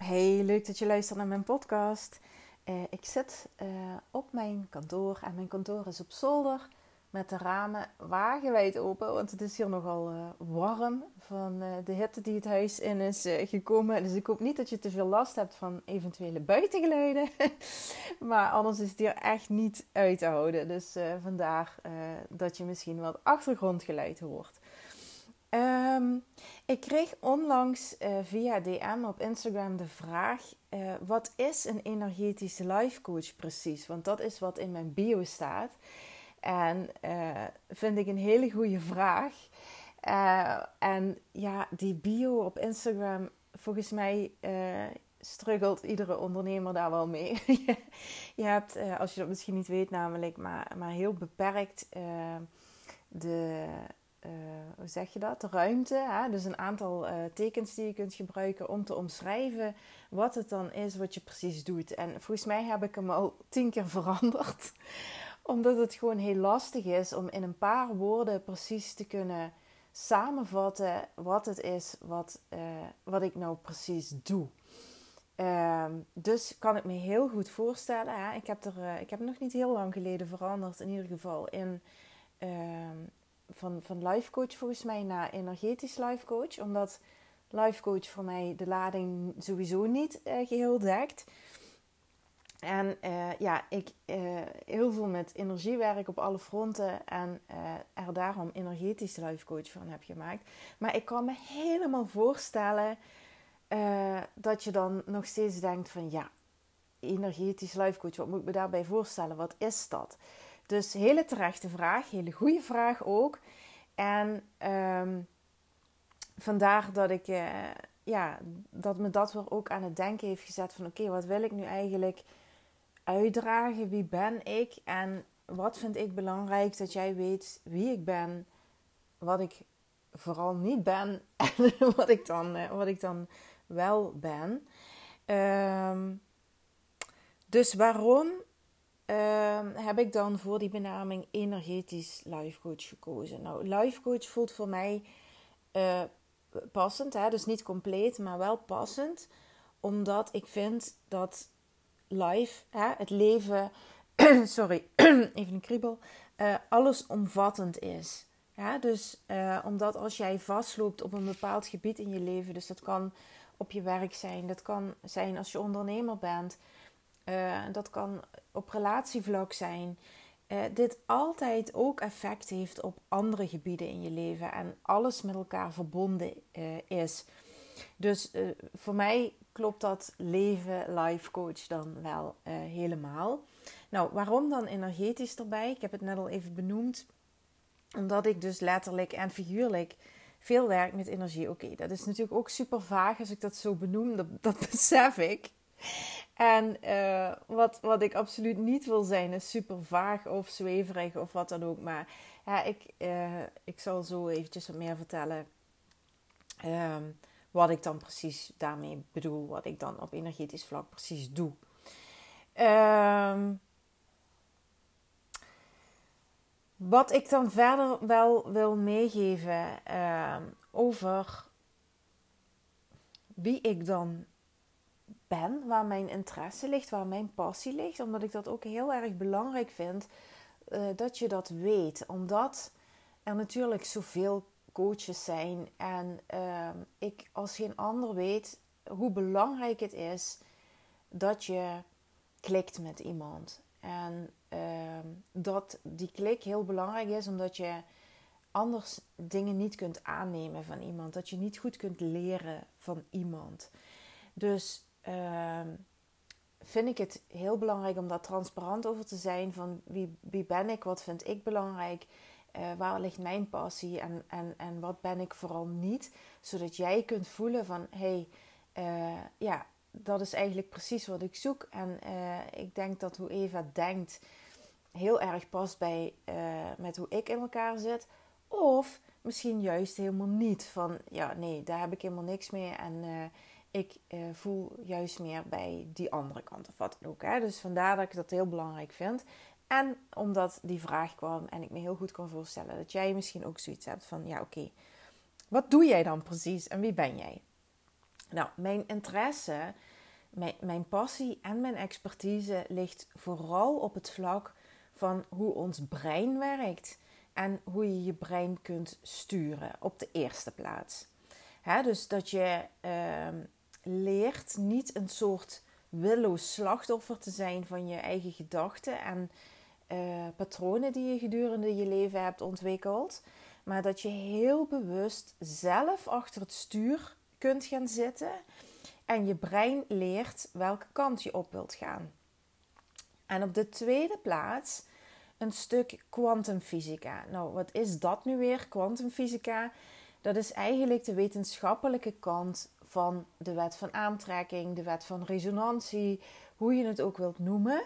Hey, leuk dat je luistert naar mijn podcast. Ik zit op mijn kantoor en mijn kantoor is op zolder met de ramen wagenwijd open. Want het is hier nogal warm van de hitte die het huis in is gekomen. Dus ik hoop niet dat je te veel last hebt van eventuele buitengeluiden. Maar anders is het hier echt niet uit te houden. Dus vandaar dat je misschien wat achtergrondgeluid hoort. Ik kreeg onlangs via DM op Instagram de vraag: wat is een energetische life coach precies? Want dat is wat in mijn bio staat. En vind ik een hele goede vraag. En ja, die bio op Instagram, volgens mij struggelt iedere ondernemer daar wel mee. Je hebt, als je dat misschien niet weet namelijk, maar heel beperkt de... hoe zeg je dat? De ruimte. Hè? Dus een aantal tekens die je kunt gebruiken om te omschrijven wat het dan is wat je precies doet. En volgens mij heb ik hem al 10 keer veranderd. Omdat het gewoon heel lastig is om in een paar woorden precies te kunnen samenvatten wat het is wat ik nou precies doe. Dus kan ik me heel goed voorstellen. Hè? Ik heb hem nog niet heel lang geleden veranderd. In ieder geval in... van life coach volgens mij naar energetisch life coach. Omdat life coach voor mij de lading sowieso niet geheel dekt. En ik heel veel met energie werk op alle fronten. En er daarom energetisch life coach van heb gemaakt. Maar ik kan me helemaal voorstellen dat je dan nog steeds denkt van ja, energetisch life coach, wat moet ik me daarbij voorstellen? Wat is dat? Dus hele terechte vraag, hele goede vraag ook. En vandaar dat ik, dat me dat weer ook aan het denken heeft gezet van oké, wat wil ik nu eigenlijk uitdragen? Wie ben ik? En wat vind ik belangrijk dat jij weet wie ik ben, wat ik vooral niet ben en wat ik dan wel ben. Dus waarom heb ik dan voor die benaming energetisch life coach gekozen? Nou, life coach voelt voor mij passend, hè? Dus niet compleet, maar wel passend. Omdat ik vind dat life, hè, het leven, sorry, even een kriebel, allesomvattend is. Ja, dus omdat als jij vastloopt op een bepaald gebied in je leven, dus dat kan op je werk zijn, dat kan zijn als je ondernemer bent, dat kan op relatievlak zijn. Dit altijd ook effect heeft op andere gebieden in je leven en alles met elkaar verbonden is. Dus voor mij klopt dat leven life coach dan wel helemaal. Nou, waarom dan energetisch erbij? Ik heb het net al even benoemd. Omdat ik dus letterlijk en figuurlijk veel werk met energie. Oké, dat is natuurlijk ook super vaag als ik dat zo benoem. Dat besef ik. En wat ik absoluut niet wil zijn is super vaag of zweverig of wat dan ook. Maar ja, ik zal zo eventjes wat meer vertellen wat ik dan precies daarmee bedoel. Wat ik dan op energetisch vlak precies doe. Wat ik dan verder wel wil meegeven over wie ik dan ben, waar mijn interesse ligt, waar mijn passie ligt. Omdat ik dat ook heel erg belangrijk vind dat je dat weet. Omdat er natuurlijk zoveel coaches zijn en ik als geen ander weet hoe belangrijk het is dat je klikt met iemand. En dat die klik heel belangrijk is omdat je anders dingen niet kunt aannemen van iemand. Dat je niet goed kunt leren van iemand. Dus vind ik het heel belangrijk om daar transparant over te zijn. Van wie ben ik, wat vind ik belangrijk, waar ligt mijn passie en wat ben ik vooral niet. Zodat jij kunt voelen van dat is eigenlijk precies wat ik zoek. En ik denk dat hoe Eva denkt heel erg past bij met hoe ik in elkaar zit. Of misschien juist helemaal niet. Van ja, nee, daar heb ik helemaal niks mee. En ik voel juist meer bij die andere kant of wat dan ook. Hè? Dus vandaar dat ik dat heel belangrijk vind. En omdat die vraag kwam en ik me heel goed kan voorstellen dat jij misschien ook zoiets hebt van ja, oké, wat doe jij dan precies en wie ben jij? Nou, mijn interesse mijn passie en mijn expertise ligt vooral op het vlak van hoe ons brein werkt en hoe je je brein kunt sturen op de eerste plaats. Dus dat je leert niet een soort willoos slachtoffer te zijn van je eigen gedachten en patronen die je gedurende je leven hebt ontwikkeld. Maar dat je heel bewust zelf achter het stuur kunt gaan zitten en je brein leert welke kant je op wilt gaan. En op de tweede plaats een stuk kwantumfysica. Nou, wat is dat nu weer, kwantumfysica? Dat is eigenlijk de wetenschappelijke kant van de wet van aantrekking, de wet van resonantie, hoe je het ook wilt noemen.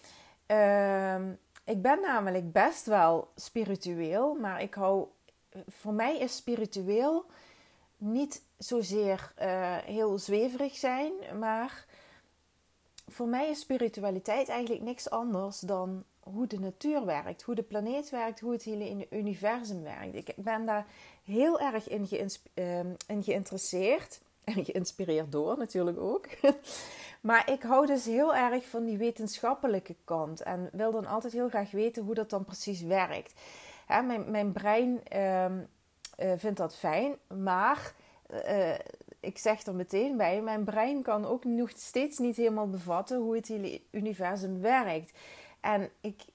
Ik ben namelijk best wel spiritueel, maar voor mij is spiritueel niet zozeer heel zweverig zijn, maar voor mij is spiritualiteit eigenlijk niks anders dan hoe de natuur werkt, hoe de planeet werkt, hoe het hele universum werkt. Ik ben daar heel erg in geïnteresseerd en geïnspireerd door natuurlijk ook. Maar ik hou dus heel erg van die wetenschappelijke kant en wil dan altijd heel graag weten hoe dat dan precies werkt. Mijn brein vindt dat fijn, maar ik zeg er meteen bij, mijn brein kan ook nog steeds niet helemaal bevatten hoe het hele universum werkt. En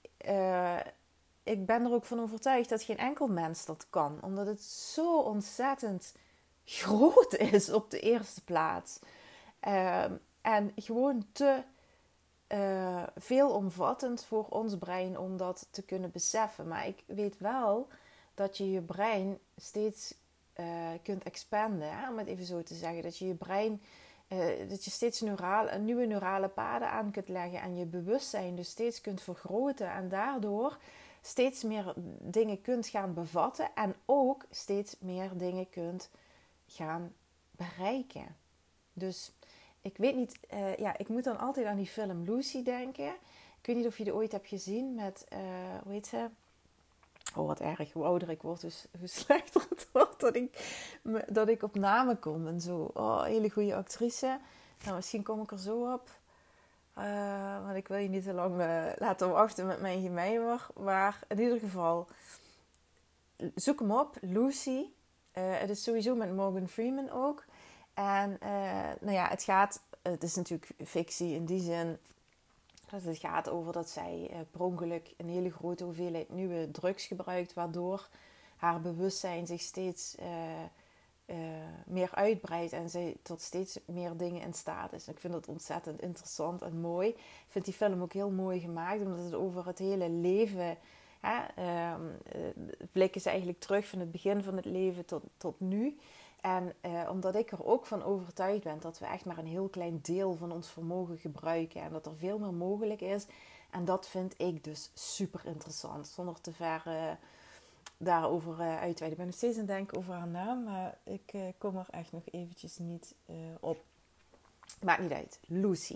ik ben er ook van overtuigd dat geen enkel mens dat kan, omdat het zo ontzettend groot is op de eerste plaats. En gewoon te veelomvattend voor ons brein om dat te kunnen beseffen. Maar ik weet wel dat je je brein steeds kunt expanden, om het even zo te zeggen. Dat je je brein, dat je steeds nieuwe neurale paden aan kunt leggen en je bewustzijn dus steeds kunt vergroten. En daardoor steeds meer dingen kunt gaan bevatten en ook steeds meer dingen kunt gaan bereiken. Dus ik weet niet, ik moet dan altijd aan die film Lucy denken. Ik weet niet of je die ooit hebt gezien met, hoe heet ze? Oh, wat erg. Hoe ouder ik word, dus hoe slechter het wordt dat ik op namen kom en zo. Oh, hele goede actrice. Nou, misschien kom ik er zo op. Want ik wil je niet te lang laten wachten met mijn gemijmer. Maar in ieder geval, zoek hem op. Lucy. Het is sowieso met Morgan Freeman ook. En het is natuurlijk fictie in die zin dat het gaat over dat zij per ongeluk een hele grote hoeveelheid nieuwe drugs gebruikt, waardoor haar bewustzijn zich steeds meer uitbreidt en zij tot steeds meer dingen in staat is. Ik vind dat ontzettend interessant en mooi. Ik vind die film ook heel mooi gemaakt, omdat het over het hele leven blikken ze eigenlijk terug van het begin van het leven tot nu. En omdat ik er ook van overtuigd ben dat we echt maar een heel klein deel van ons vermogen gebruiken. En dat er veel meer mogelijk is. En dat vind ik dus super interessant. Zonder te ver daarover uitweiden. Ik ben nog steeds aan het denken over haar naam. Maar ik kom er echt nog eventjes niet op. Maakt niet uit. Lucy.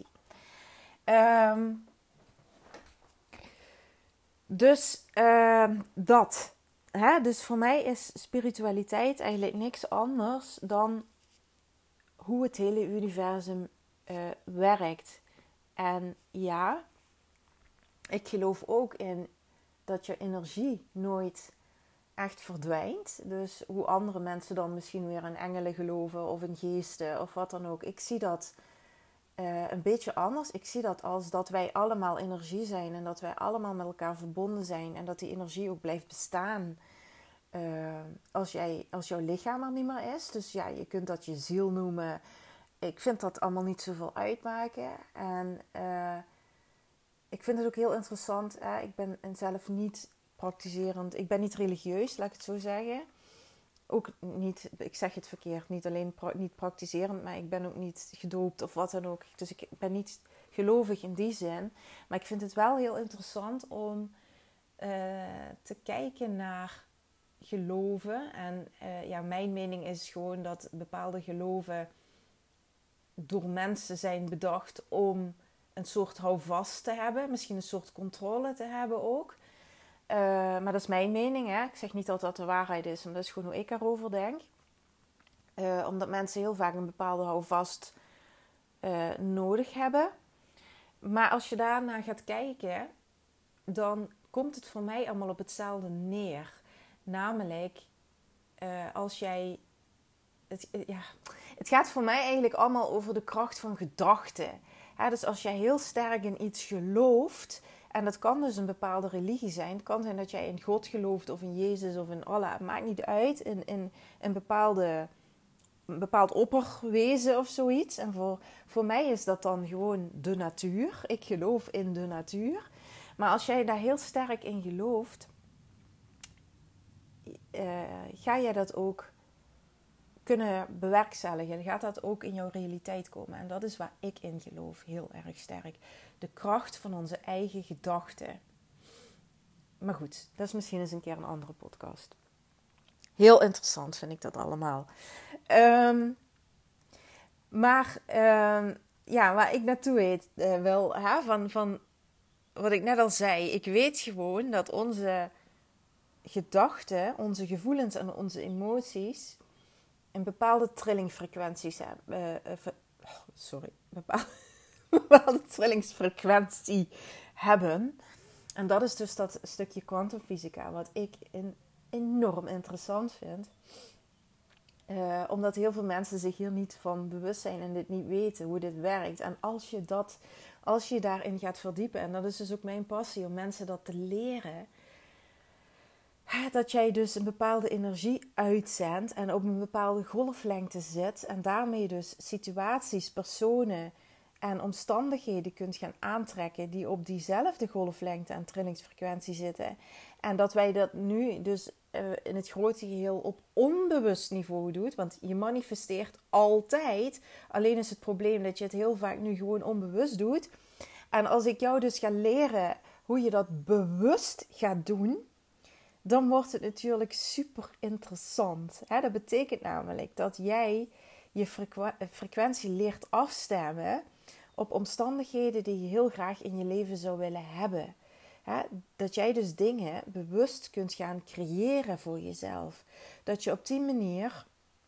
Dat. Dus voor mij is spiritualiteit eigenlijk niks anders dan hoe het hele universum werkt. En ja, ik geloof ook in dat je energie nooit echt verdwijnt. Dus hoe andere mensen dan misschien weer in engelen geloven of in geesten of wat dan ook. Ik zie dat een beetje anders. Ik zie dat als dat wij allemaal energie zijn en dat wij allemaal met elkaar verbonden zijn en dat die energie ook blijft bestaan. Als jouw lichaam er niet meer is. Dus ja, je kunt dat je ziel noemen. Ik vind dat allemaal niet zoveel uitmaken. En ik vind het ook heel interessant. Ik ben zelf niet praktiserend. Ik ben niet religieus, laat ik het zo zeggen. Ook niet, ik zeg het verkeerd, niet alleen niet praktiserend, maar ik ben ook niet gedoopt of wat dan ook. Dus ik ben niet gelovig in die zin. Maar ik vind het wel heel interessant om te kijken naar geloven. En mijn mening is gewoon dat bepaalde geloven door mensen zijn bedacht om een soort houvast te hebben. Misschien een soort controle te hebben ook. Maar dat is mijn mening. Hè? Ik zeg niet dat dat de waarheid is, maar dat is gewoon hoe ik erover denk. Omdat mensen heel vaak een bepaalde houvast nodig hebben. Maar als je daarna gaat kijken, dan komt het voor mij allemaal op hetzelfde neer. Namelijk, als jij... Het gaat voor mij eigenlijk allemaal over de kracht van gedachten. Dus als jij heel sterk in iets gelooft, en dat kan dus een bepaalde religie zijn. Het kan zijn dat jij in God gelooft of in Jezus of in Allah. Het maakt niet uit. In een bepaald opperwezen of zoiets. En voor mij is dat dan gewoon de natuur. Ik geloof in de natuur. Maar als jij daar heel sterk in gelooft, ga jij dat ook kunnen bewerkstelligen. Dan gaat dat ook in jouw realiteit komen. En dat is waar ik in geloof, heel erg sterk. De kracht van onze eigen gedachten. Maar goed, dat is misschien eens een keer een andere podcast. Heel interessant vind ik dat allemaal. Waar ik naartoe wil, van wat ik net al zei. Ik weet gewoon dat onze gedachten, onze gevoelens en onze emoties een bepaalde trillingsfrequenties hebben. Bepaalde trillingsfrequentie hebben. En dat is dus dat stukje kwantumfysica, wat ik enorm interessant vind. Omdat heel veel mensen zich hier niet van bewust zijn en dit niet weten, hoe dit werkt. En als je daarin gaat verdiepen, en dat is dus ook mijn passie, om mensen dat te leren, dat jij dus een bepaalde energie uitzendt en op een bepaalde golflengte zit. En daarmee dus situaties, personen en omstandigheden kunt gaan aantrekken die op diezelfde golflengte en trillingsfrequentie zitten. En dat wij dat nu dus in het grote geheel op onbewust niveau doet. Want je manifesteert altijd. Alleen is het probleem dat je het heel vaak nu gewoon onbewust doet. En als ik jou dus ga leren hoe je dat bewust gaat doen, dan wordt het natuurlijk super interessant. Dat betekent namelijk dat jij je frequentie leert afstemmen op omstandigheden die je heel graag in je leven zou willen hebben. Dat jij dus dingen bewust kunt gaan creëren voor jezelf. Dat je op die manier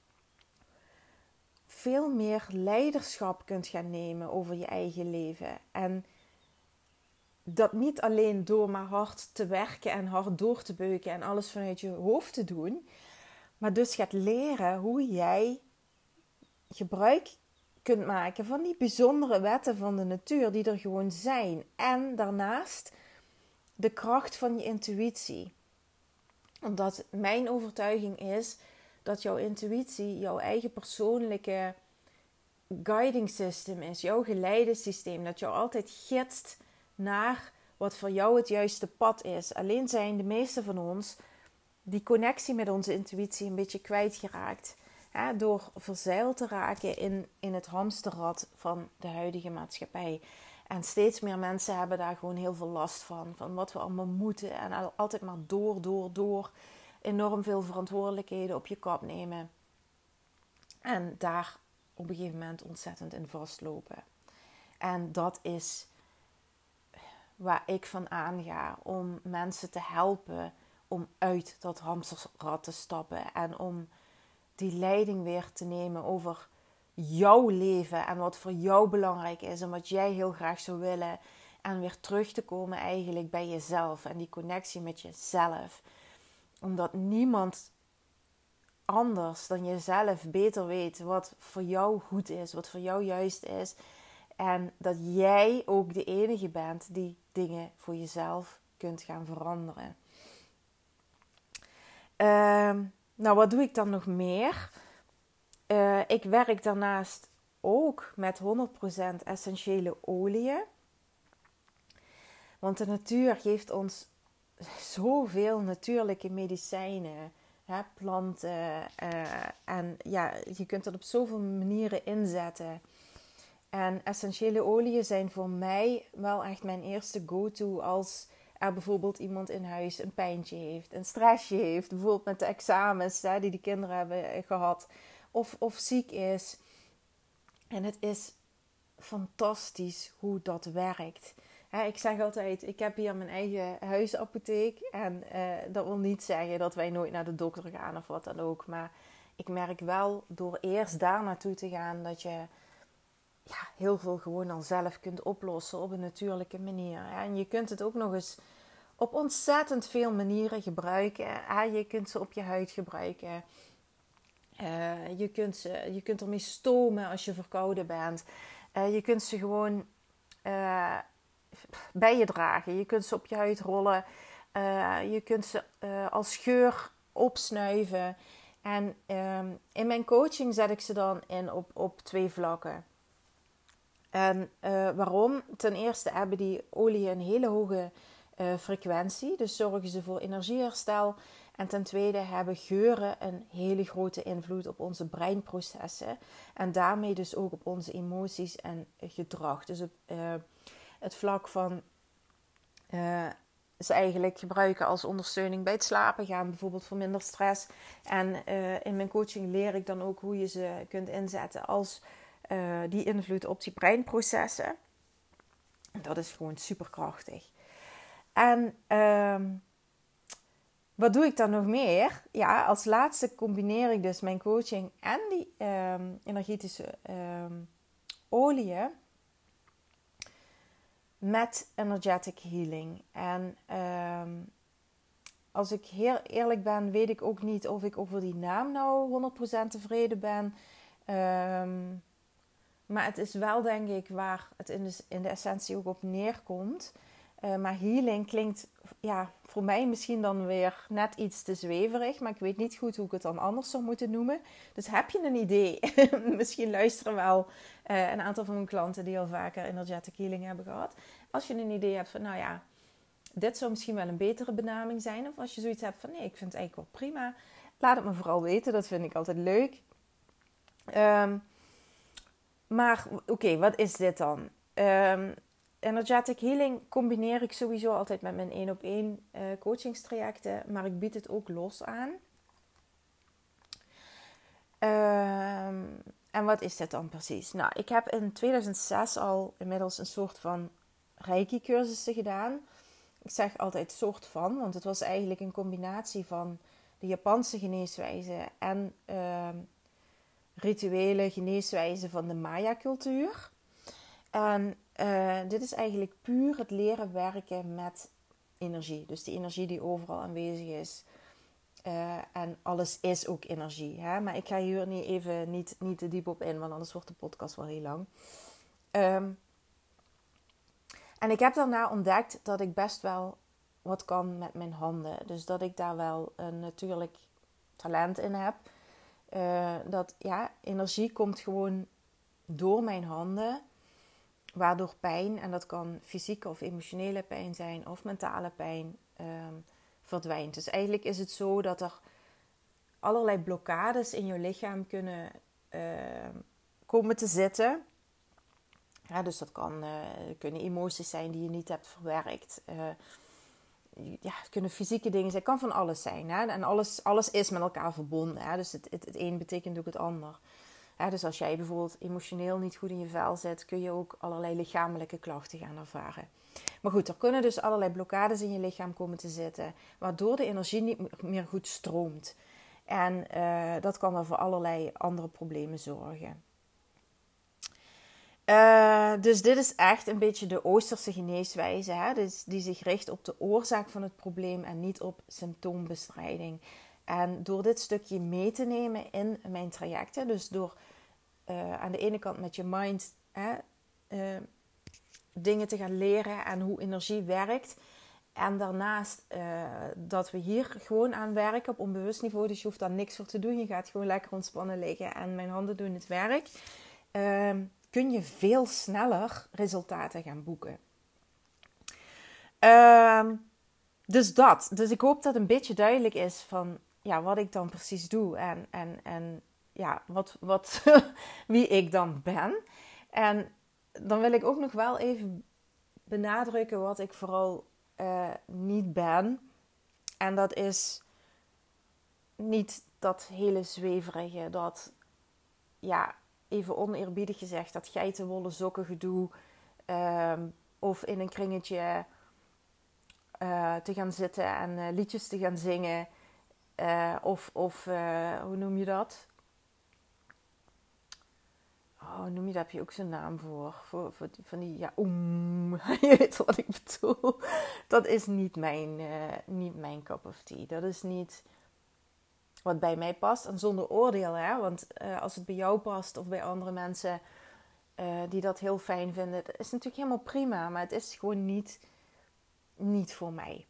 veel meer leiderschap kunt gaan nemen over je eigen leven. En dat niet alleen door maar hard te werken en hard door te beuken en alles vanuit je hoofd te doen. Maar dus gaat leren hoe jij gebruik kunt maken van die bijzondere wetten van de natuur die er gewoon zijn. En daarnaast de kracht van je intuïtie. Omdat mijn overtuiging is dat jouw intuïtie jouw eigen persoonlijke guiding system is. Jouw geleidesysteem. Dat jou altijd gidst naar wat voor jou het juiste pad is. Alleen zijn de meeste van ons die connectie met onze intuïtie een beetje kwijtgeraakt. Door verzeild te raken in het hamsterrad van de huidige maatschappij. En steeds meer mensen hebben daar gewoon heel veel last van. Van wat we allemaal moeten. En altijd maar door. Enorm veel verantwoordelijkheden op je kap nemen. En daar op een gegeven moment ontzettend in vastlopen. En dat is waar ik van aanga. Om mensen te helpen om uit dat hamsterrad te stappen. En om die leiding weer te nemen over jouw leven en wat voor jou belangrijk is en wat jij heel graag zou willen. En weer terug te komen eigenlijk bij jezelf en die connectie met jezelf. Omdat niemand anders dan jezelf beter weet wat voor jou goed is, wat voor jou juist is. En dat jij ook de enige bent die dingen voor jezelf kunt gaan veranderen. Wat doe ik dan nog meer? Ik werk daarnaast ook met 100% essentiële oliën. Want de natuur geeft ons zoveel natuurlijke medicijnen, planten. En ja, je kunt dat op zoveel manieren inzetten. En essentiële oliën zijn voor mij wel echt mijn eerste go-to als er bijvoorbeeld iemand in huis een pijntje heeft, een stressje heeft. Bijvoorbeeld met de examens die de kinderen hebben gehad. Of ziek is. En het is fantastisch hoe dat werkt. Ik zeg altijd, ik heb hier mijn eigen huisapotheek. En dat wil niet zeggen dat wij nooit naar de dokter gaan of wat dan ook. Maar ik merk wel door eerst daar naartoe te gaan dat je heel veel gewoon al zelf kunt oplossen op een natuurlijke manier. En je kunt het ook nog eens op ontzettend veel manieren gebruiken. Je kunt ze op je huid gebruiken. Je kunt ermee stomen als je verkouden bent. Je kunt ze gewoon bij je dragen. Je kunt ze op je huid rollen. Je kunt ze als geur opsnuiven. En in mijn coaching zet ik ze dan in op 2 vlakken. En waarom? Ten eerste hebben die oliën een hele hoge frequentie. Dus zorgen ze voor energieherstel. En ten tweede hebben geuren een hele grote invloed op onze breinprocessen. En daarmee dus ook op onze emoties en gedrag. Dus op het vlak van ze eigenlijk gebruiken als ondersteuning bij het slapen gaan. Bijvoorbeeld voor minder stress. En in mijn coaching leer ik dan ook hoe je ze kunt inzetten als die invloed op die breinprocessen. Dat is gewoon superkrachtig. En wat doe ik dan nog meer? Ja, als laatste combineer ik dus mijn coaching en die energetische oliën met energetic healing. En als ik heel eerlijk ben, weet ik ook niet of ik over die naam nou 100% tevreden ben. Maar het is wel, denk ik, waar het in de essentie ook op neerkomt. Maar healing klinkt voor mij misschien dan weer net iets te zweverig. Maar ik weet niet goed hoe ik het dan anders zou moeten noemen. Dus heb je een idee? Misschien luisteren wel een aantal van mijn klanten die al vaker energetic healing hebben gehad. Als je een idee hebt van, dit zou misschien wel een betere benaming zijn. Of als je zoiets hebt van, nee, ik vind het eigenlijk wel prima. Laat het me vooral weten, dat vind ik altijd leuk. Maar oké, wat is dit dan? Energetic healing combineer ik sowieso altijd met mijn 1-op-1 coachingstrajecten. Maar ik bied het ook los aan. En wat is dit dan precies? Nou, ik heb in 2006 al inmiddels een soort van Reiki-cursussen gedaan. Ik zeg altijd soort van, want het was eigenlijk een combinatie van de Japanse geneeswijze en rituele geneeswijze van de Maya-cultuur. En dit is eigenlijk puur het leren werken met energie. Dus die energie die overal aanwezig is. En alles is ook energie. Hè? Maar ik ga hier niet te diep op in, want anders wordt de podcast wel heel lang. En ik heb daarna ontdekt dat ik best wel wat kan met mijn handen. Dus dat ik daar wel een natuurlijk talent in heb. Energie komt gewoon door mijn handen. Waardoor pijn, en dat kan fysieke of emotionele pijn zijn of mentale pijn, verdwijnt. Dus eigenlijk is het zo dat er allerlei blokkades in je lichaam kunnen komen te zitten. Ja, dus dat kunnen emoties zijn die je niet hebt verwerkt. Het kunnen fysieke dingen zijn. Het kan van alles zijn. Hè? En alles is met elkaar verbonden. Hè? Dus het een betekent ook het ander. Ja, dus als jij bijvoorbeeld emotioneel niet goed in je vel zit, kun je ook allerlei lichamelijke klachten gaan ervaren. Maar goed, er kunnen dus allerlei blokkades in je lichaam komen te zitten, waardoor de energie niet meer goed stroomt. En dat kan wel voor allerlei andere problemen zorgen. Dus dit is echt een beetje de Oosterse geneeswijze, hè? Dus die zich richt op de oorzaak van het probleem en niet op symptoombestrijding. En door dit stukje mee te nemen in mijn trajecten, dus door aan de ene kant met je mind dingen te gaan leren en hoe energie werkt. En daarnaast dat we hier gewoon aan werken op onbewust niveau. Dus je hoeft daar niks voor te doen. Je gaat gewoon lekker ontspannen liggen en mijn handen doen het werk. Kun je veel sneller resultaten gaan boeken. Dus dat. Dus ik hoop dat een beetje duidelijk is van wat ik dan precies doe. En wie ik dan ben. En dan wil ik ook nog wel even benadrukken wat ik vooral niet ben. En dat is niet dat hele zweverige, dat even oneerbiedig gezegd, dat geitenwolle sokken gedoe. Of in een kringetje te gaan zitten en liedjes te gaan zingen. Of hoe noem je dat? noem je daar, heb je ook zo'n naam voor van die, ja, je weet wat ik bedoel. Dat is niet mijn cup of tea. Dat is niet wat bij mij past. En zonder oordeel, hè. Want als het bij jou past of bij andere mensen die dat heel fijn vinden, dat is natuurlijk helemaal prima. Maar het is gewoon niet voor mij.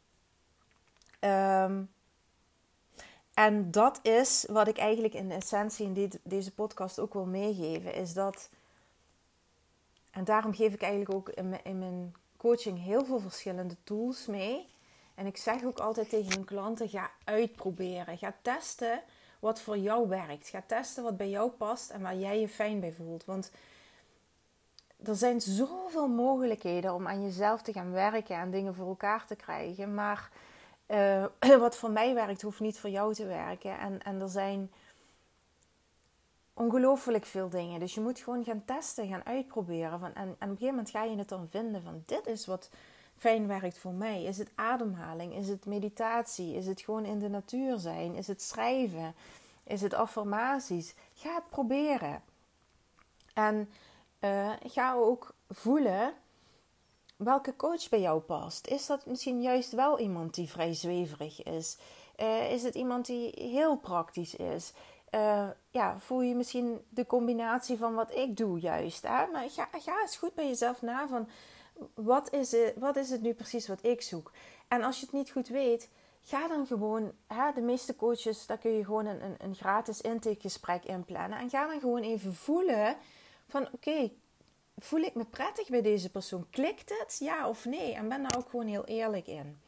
En dat is wat ik eigenlijk in essentie in deze podcast ook wil meegeven. Is dat, en daarom geef ik eigenlijk ook in mijn coaching heel veel verschillende tools mee. En ik zeg ook altijd tegen mijn klanten, ga uitproberen. Ga testen wat voor jou werkt. Ga testen wat bij jou past en waar jij je fijn bij voelt. Want er zijn zoveel mogelijkheden om aan jezelf te gaan werken en dingen voor elkaar te krijgen. Maar wat voor mij werkt, hoeft niet voor jou te werken. En er zijn ongelooflijk veel dingen. Dus je moet gewoon gaan testen, gaan uitproberen. En op een gegeven moment ga je het dan vinden van dit is wat fijn werkt voor mij. Is het ademhaling? Is het meditatie? Is het gewoon in de natuur zijn? Is het schrijven? Is het affirmaties? Ga het proberen. En ga ook voelen welke coach bij jou past. Is dat misschien juist wel iemand die vrij zweverig is? Is het iemand die heel praktisch is? Voel je misschien de combinatie van wat ik doe juist? Hè? Maar ga eens goed bij jezelf na van wat is het nu precies wat ik zoek? En als je het niet goed weet, ga dan gewoon, de meeste coaches, daar kun je gewoon een gratis intakegesprek inplannen. En ga dan gewoon even voelen van oké, voel ik me prettig bij deze persoon? Klikt het? Ja of nee? En ben daar ook gewoon heel eerlijk in.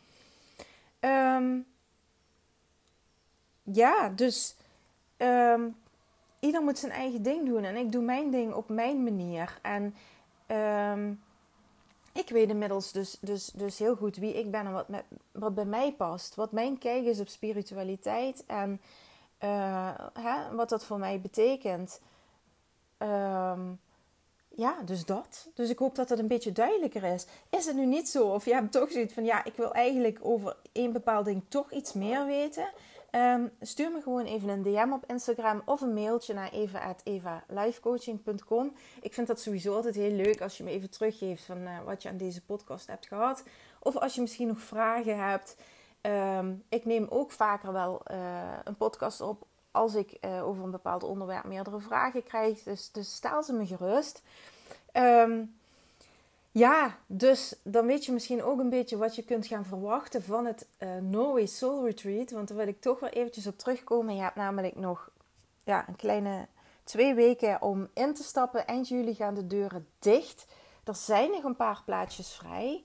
Dus ieder moet zijn eigen ding doen. En ik doe mijn ding op mijn manier. En ik weet inmiddels dus heel goed wie ik ben en wat bij mij past. Wat mijn kijk is op spiritualiteit. En wat dat voor mij betekent. Dus dat. Dus ik hoop dat dat een beetje duidelijker is. Is het nu niet zo? Of je hebt toch zoiets van, ja, ik wil eigenlijk over één bepaald ding toch iets meer weten. Stuur me gewoon even een DM op Instagram of een mailtje naar eva@evalifecoaching.com. Ik vind dat sowieso altijd heel leuk als je me even teruggeeft van wat je aan deze podcast hebt gehad. Of als je misschien nog vragen hebt. Ik neem ook vaker wel een podcast op als ik over een bepaald onderwerp meerdere vragen krijg. Dus stel ze me gerust. Dus dan weet je misschien ook een beetje wat je kunt gaan verwachten van het Norway Soul Retreat. Want daar wil ik toch wel eventjes op terugkomen. Je hebt namelijk nog een kleine 2 weken om in te stappen. Eind juli gaan de deuren dicht. Er zijn nog een paar plaatsjes vrij.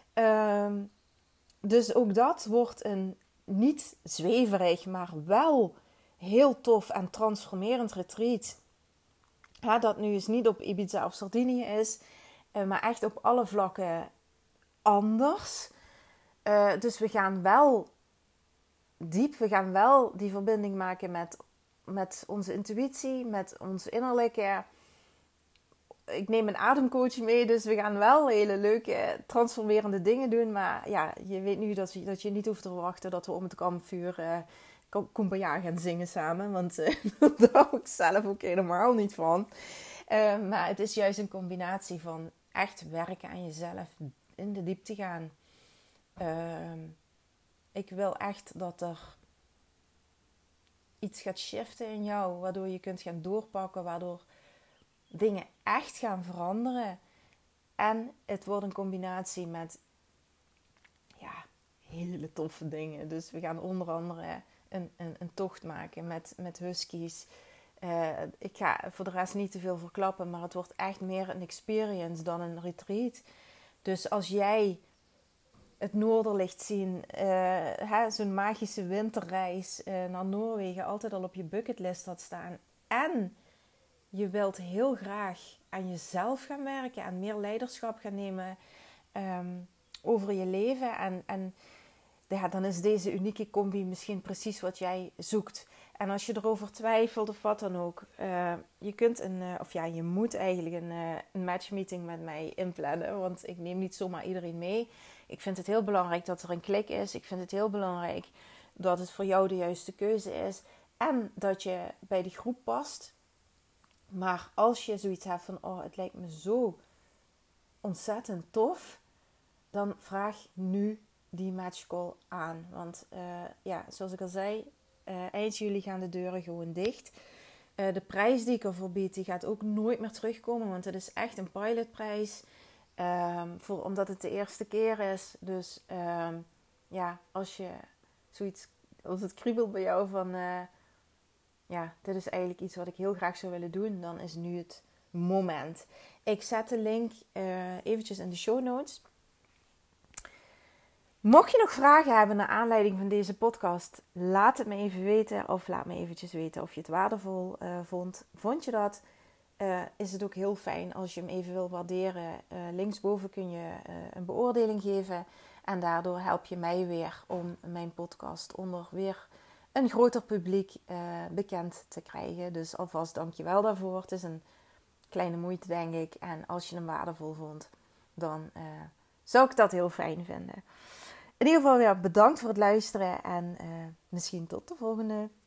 Dus ook dat wordt een niet zweverig, maar wel heel tof en transformerend retreat. Dat nu eens niet op Ibiza of Sardinië is, maar echt op alle vlakken anders. Dus we gaan wel diep, we gaan wel die verbinding maken met onze intuïtie, met ons innerlijke. Ik neem een ademcoach mee, dus we gaan wel hele leuke, transformerende dingen doen. Maar ja, je weet nu dat je niet hoeft te verwachten dat we om het kampvuur Kumbaya gaan zingen samen. Want daar hou ik zelf ook helemaal niet van. Maar het is juist een combinatie van echt werken aan jezelf, in de diepte gaan. Ik wil echt dat er iets gaat shiften in jou, waardoor je kunt gaan doorpakken, waardoor dingen echt gaan veranderen. En het wordt een combinatie met hele toffe dingen. Dus we gaan onder andere een tocht maken met huskies. Ik ga voor de rest niet te veel verklappen, maar het wordt echt meer een experience dan een retreat. Dus als jij het Noorderlicht zien, zo'n magische winterreis naar Noorwegen altijd al op je bucketlist had staan. En je wilt heel graag aan jezelf gaan werken en meer leiderschap gaan nemen over je leven. En dan is deze unieke combi misschien precies wat jij zoekt. En als je erover twijfelt of wat dan ook, je kunt je moet eigenlijk een matchmeeting met mij inplannen. Want ik neem niet zomaar iedereen mee. Ik vind het heel belangrijk dat er een klik is. Ik vind het heel belangrijk dat het voor jou de juiste keuze is. En dat je bij die groep past. Maar als je zoiets hebt van, oh, het lijkt me zo ontzettend tof, dan vraag nu die matchcall aan. Want zoals ik al zei, eind juli gaan de deuren gewoon dicht. De prijs die ik ervoor bied, die gaat ook nooit meer terugkomen. Want het is echt een pilotprijs. Omdat het de eerste keer is. Dus als je zoiets, als het kriebelt bij jou van... dit is eigenlijk iets wat ik heel graag zou willen doen. Dan is nu het moment. Ik zet de link eventjes in de show notes. Mocht je nog vragen hebben naar aanleiding van deze podcast, laat het me even weten. Of laat me eventjes weten of je het waardevol vond. Vond je dat? Is het ook heel fijn als je hem even wil waarderen. Linksboven kun je een beoordeling geven. En daardoor help je mij weer om mijn podcast onder weer een groter publiek bekend te krijgen. Dus alvast dankjewel daarvoor. Het is een kleine moeite, denk ik. En als je hem waardevol vond, dan zou ik dat heel fijn vinden. In ieder geval weer bedankt voor het luisteren. En misschien tot de volgende.